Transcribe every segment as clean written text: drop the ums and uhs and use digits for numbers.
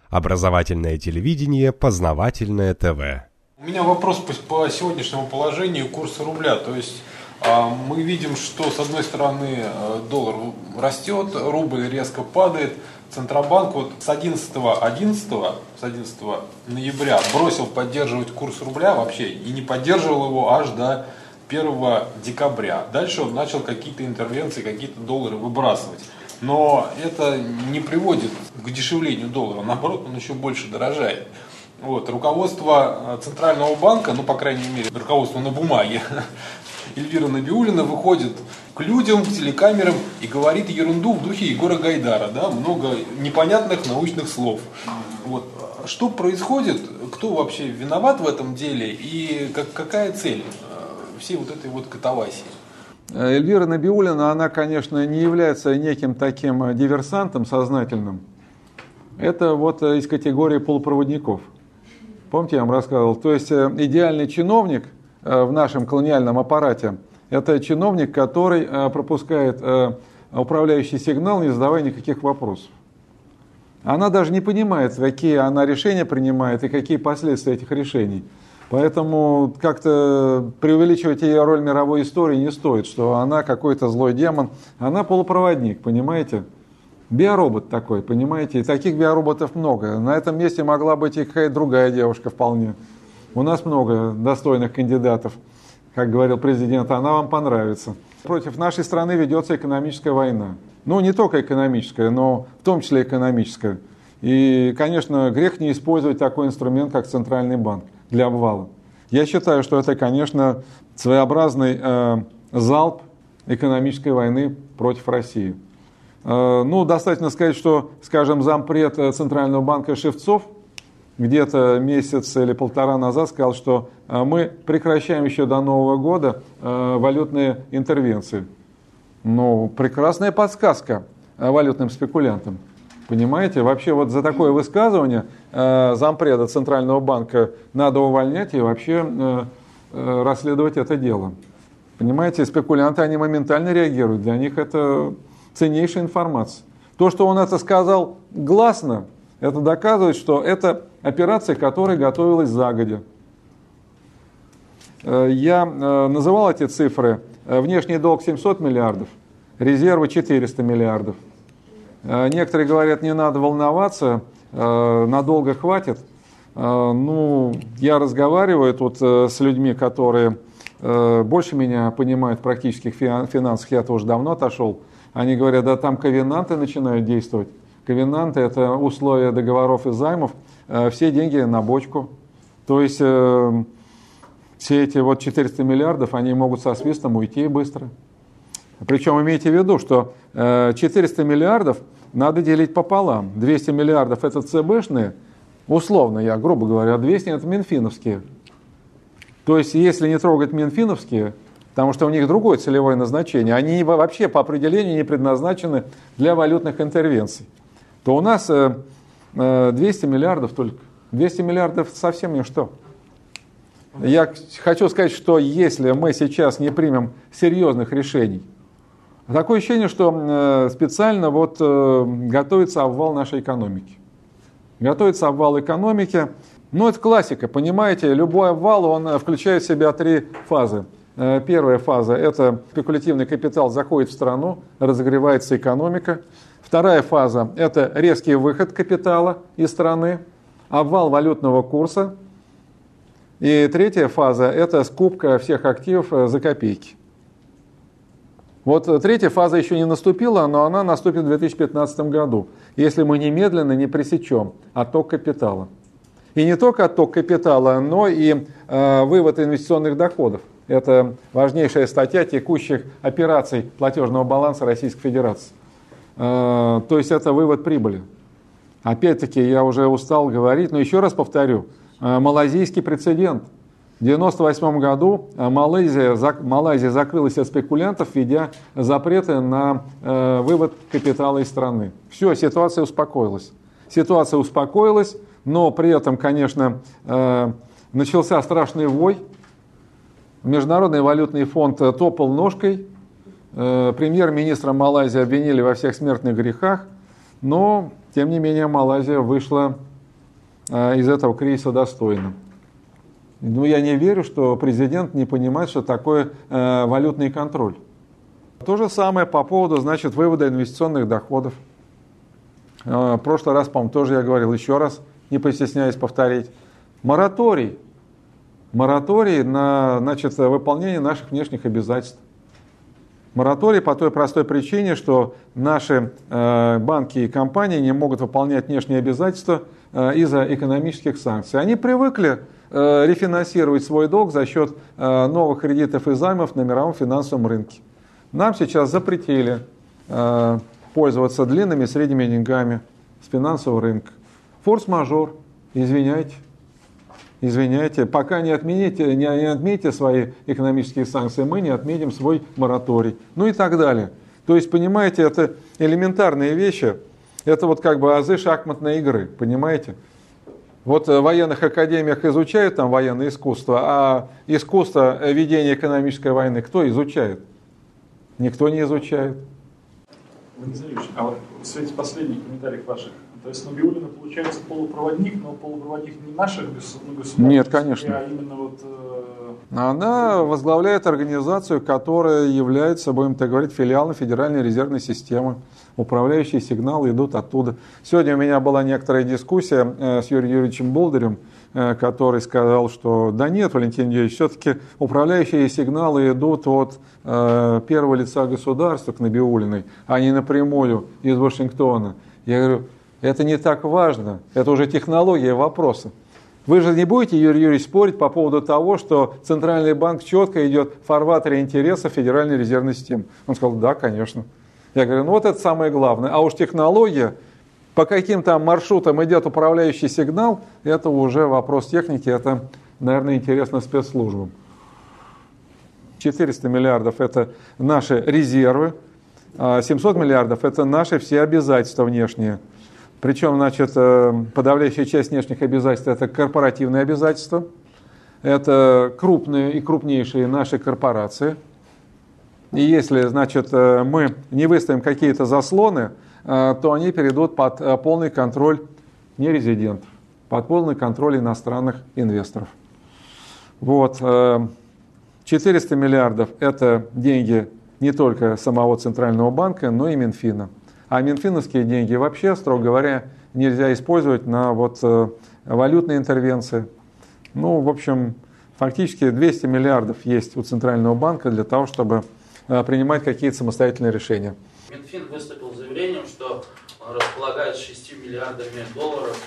Образовательное телевидение, познавательное ТВ. У меня вопрос по сегодняшнему положению курса рубля. То есть мы видим, что с одной стороны доллар растет, рубль резко падает. Центробанк вот с 11 ноября бросил поддерживать курс рубля вообще и не поддерживал его аж до 1 декабря. Дальше он начал какие-то интервенции, какие-то доллары выбрасывать. Но это не приводит к дешевлению доллара, наоборот, он еще больше дорожает. Вот, руководство Центрального банка, ну, по крайней мере, руководство на бумаге, Эльвира Набиуллина выходит к людям, к телекамерам и говорит ерунду в духе Егора Гайдара, да, много непонятных научных слов. Вот. Что происходит, кто вообще виноват в этом деле и какая цель всей вот этой вот катавасии? Эльвира Набиуллина, она, конечно, не является неким таким диверсантом сознательным. Это вот из категории полупроводников. Помните, я вам рассказывал? То есть идеальный чиновник в нашем колониальном аппарате – это чиновник, который пропускает управляющий сигнал, не задавая никаких вопросов. Она даже не понимает, какие она решения принимает и какие последствия этих решений. Поэтому как-то преувеличивать ее роль в мировой истории не стоит, что она какой-то злой демон. Она полупроводник, понимаете? Биоробот такой, понимаете? И таких биороботов много. На этом месте могла быть и какая-то другая девушка вполне. У нас много достойных кандидатов, как говорил президент, она вам понравится. Против нашей страны ведется экономическая война. Ну, не только экономическая, но в том числе экономическая. И, конечно, грех не использовать такой инструмент, как Центральный банк для обвала. Я считаю, что это, конечно, своеобразный залп экономической войны против России. Ну, достаточно сказать, что, скажем, зампред Центрального банка Шевцов где-то месяц или полтора назад сказал, что мы прекращаем еще до Нового года валютные интервенции. Ну, прекрасная подсказка валютным спекулянтам. Понимаете, вообще вот за такое высказывание зампреда Центрального банка надо увольнять и вообще расследовать это дело. Понимаете, спекулянты, они моментально реагируют, для них это ценнейшая информация. То, что он это сказал гласно, это доказывает, что это операция, которая готовилась загодя. Я называл эти цифры. Внешний долг 700 миллиардов, резервы 400 миллиардов. Некоторые говорят, не надо волноваться, надолго хватит. Ну, я разговариваю тут с людьми, которые больше меня понимают в практических финансах, я-то уже давно отошел. Они говорят, да там ковенанты начинают действовать. Ковенанты – это условия договоров и займов, все деньги на бочку. То есть все эти вот 400 миллиардов, они могут со свистом уйти быстро. Причем имейте в виду, что 400 миллиардов надо делить пополам. 200 миллиардов это ЦБшные, условно я, грубо говоря, 200 это минфиновские. То есть если не трогать минфиновские, потому что у них другое целевое назначение, они вообще по определению не предназначены для валютных интервенций, то у нас 200 миллиардов только. 200 миллиардов совсем ничто. Я хочу сказать, что если мы сейчас не примем серьезных решений, такое ощущение, что специально вот готовится обвал нашей экономики. Готовится обвал экономики. Ну, это классика, понимаете, любой обвал, он включает в себя три фазы. Первая фаза – это спекулятивный капитал заходит в страну, разогревается экономика. Вторая фаза – это резкий выход капитала из страны, обвал валютного курса. И третья фаза – это скупка всех активов за копейки. Вот третья фаза еще не наступила, но она наступит в 2015 году, если мы немедленно не пресечем отток капитала. И не только отток капитала, но и вывод инвестиционных доходов. Это важнейшая статья текущих операций платежного баланса Российской Федерации. То есть это вывод прибыли. Опять-таки, я уже устал говорить, но еще раз повторю, малайзийский прецедент. В 1998 году Малайзия закрылась от спекулянтов, введя запреты на вывод капитала из страны. Все, ситуация успокоилась. Ситуация успокоилась, но при этом, конечно, начался страшный вой. Международный валютный фонд топал ножкой. Премьер-министра Малайзии обвинили во всех смертных грехах. Но, тем не менее, Малайзия вышла из этого кризиса достойным. Но я не верю, что президент не понимает, что такое валютный контроль. То же самое по поводу, значит, вывода инвестиционных доходов. В прошлый раз, по-моему, тоже я говорил, еще раз, не постесняюсь повторить. Мораторий на, значит, выполнение наших внешних обязательств. Мораторий по той простой причине, что наши банки и компании не могут выполнять внешние обязательства из-за экономических санкций. Они привыкли рефинансировать свой долг за счет новых кредитов и займов на мировом финансовом рынке. Нам сейчас запретили пользоваться длинными и средними деньгами с финансового рынка. Форс-мажор, извиняйте, пока не отмените свои экономические санкции, мы не отменим свой мораторий. Ну и так далее. То есть, понимаете, это элементарные вещи, это вот как бы азы шахматной игры, понимаете? Вот в военных академиях изучают там военное искусство, а искусство ведения экономической войны кто изучает? Никто не изучает. Владимир Ильич, а вот в свете последних комментариев ваших, то есть Набиуллина получается полупроводник, но полупроводник не наших государств? Нет, конечно. А именно вот... Она возглавляет организацию, которая является, будем так говорить, филиалом Федеральной резервной системы. Управляющие сигналы идут оттуда. Сегодня у меня была некоторая дискуссия с Юрием Юрьевичем Болдырем, который сказал, что да нет, Валентин Юрьевич, все-таки управляющие сигналы идут от первого лица государства к Набиуллиной, а не напрямую из Вашингтона. Я говорю, это не так важно, это уже технология вопроса. Вы же не будете, Юрий Юрьевич, спорить по поводу того, что Центральный банк четко идет в фарватере интересов Федеральной резервной системы. Он сказал, да, конечно. Я говорю, ну вот это самое главное. А уж технология, по каким там маршрутам идет управляющий сигнал, это уже вопрос техники, это, наверное, интересно спецслужбам. 400 миллиардов – это наши резервы, а 700 миллиардов – это наши все обязательства внешние. Причем, значит, подавляющая часть внешних обязательств – это корпоративные обязательства, это крупные и крупнейшие наши корпорации. И если, значит, мы не выставим какие-то заслоны, то они перейдут под полный контроль нерезидентов, под полный контроль иностранных инвесторов. Вот. 400 миллиардов – это деньги не только самого Центрального банка, но и Минфина. А минфиновские деньги вообще, строго говоря, нельзя использовать на вот валютные интервенции. Ну, в общем, фактически 200 миллиардов есть у Центрального банка для того, чтобы принимать какие-то самостоятельные решения. Минфин выступил с заявлением, что он располагает 6 миллиардами долларов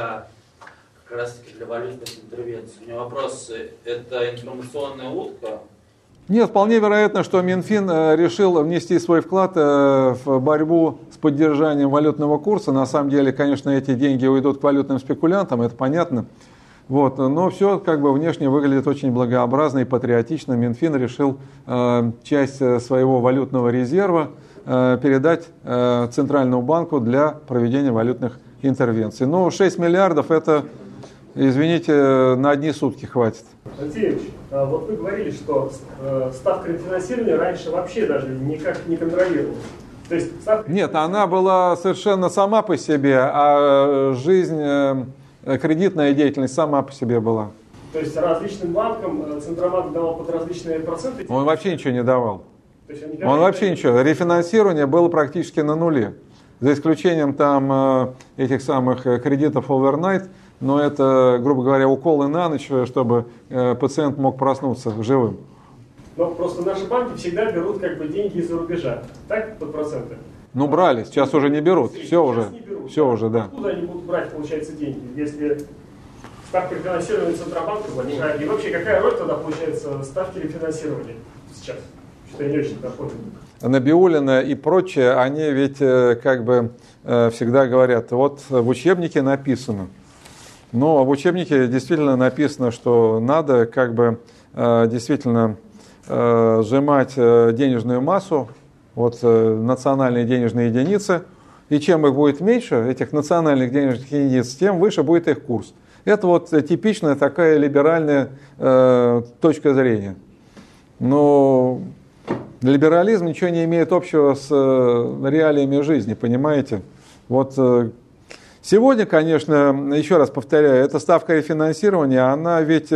как раз таки для валютных интервенций. У меня вопрос, это информационная утка? Нет, вполне вероятно, что Минфин решил внести свой вклад в борьбу с поддержанием валютного курса. На самом деле, конечно, эти деньги уйдут к валютным спекулянтам, это понятно. Вот. Но все как бы внешне выглядит очень благообразно и патриотично. Минфин решил часть своего валютного резерва передать Центральному банку для проведения валютных интервенций. Но 6 миллиардов это, извините, на одни сутки хватит. Алексей Ильич, вот вы говорили, что ставка рефинансирования раньше вообще даже никак не контролировалась. То есть ставка... Нет, она была совершенно сама по себе, а жизнь, кредитная деятельность сама по себе была. То есть различным банкам Центробанк давал под различные проценты? Он вообще ничего не давал. Он вообще ничего. Рефинансирование было практически на нуле. За исключением там этих самых кредитов overnight, но это, грубо говоря, уколы на ночь, чтобы пациент мог проснуться живым. Но просто наши банки всегда берут как бы деньги из-за рубежа, так, под проценты? Ну, брали, сейчас уже не берут, все уже, берут, все уже, да. Откуда они будут брать, получается, деньги, если ставка рефинансирования Центробанка возникает? И вообще, какая роль тогда, получается, ставки рефинансирования сейчас? Что-то я не очень доходит. Набиуллина и прочее, они ведь как бы всегда говорят, вот в учебнике написано. Но в учебнике действительно написано, что надо как бы действительно сжимать денежную массу, вот национальные денежные единицы, и чем их будет меньше, этих национальных денежных единиц, тем выше будет их курс. Это вот типичная такая либеральная точка зрения. Но либерализм ничего не имеет общего с реалиями жизни, понимаете? Вот Сегодня, конечно, еще раз повторяю, эта ставка рефинансирования, она ведь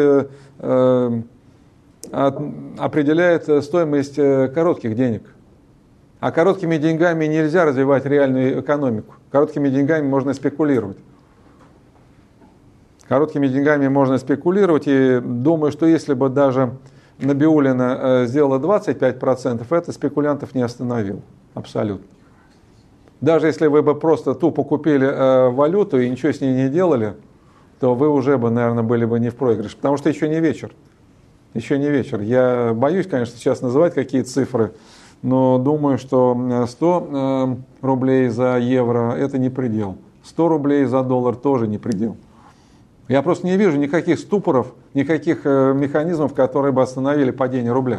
определяет стоимость коротких денег. А короткими деньгами нельзя развивать реальную экономику. Короткими деньгами можно спекулировать. Короткими деньгами можно спекулировать, и думаю, что если бы даже Набиуллина сделала 25%, это спекулянтов не остановило. Абсолютно. Даже если вы бы просто тупо купили валюту и ничего с ней не делали, то вы уже бы, наверное, были бы не в проигрыше. Потому что еще не вечер. Еще не вечер. Я боюсь, конечно, сейчас называть какие цифры, но думаю, что 100 рублей за евро – это не предел. 100 рублей за доллар тоже не предел. Я просто не вижу никаких ступоров, никаких механизмов, которые бы остановили падение рубля.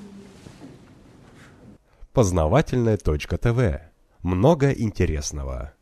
Познавательная точка ТВ. Много интересного.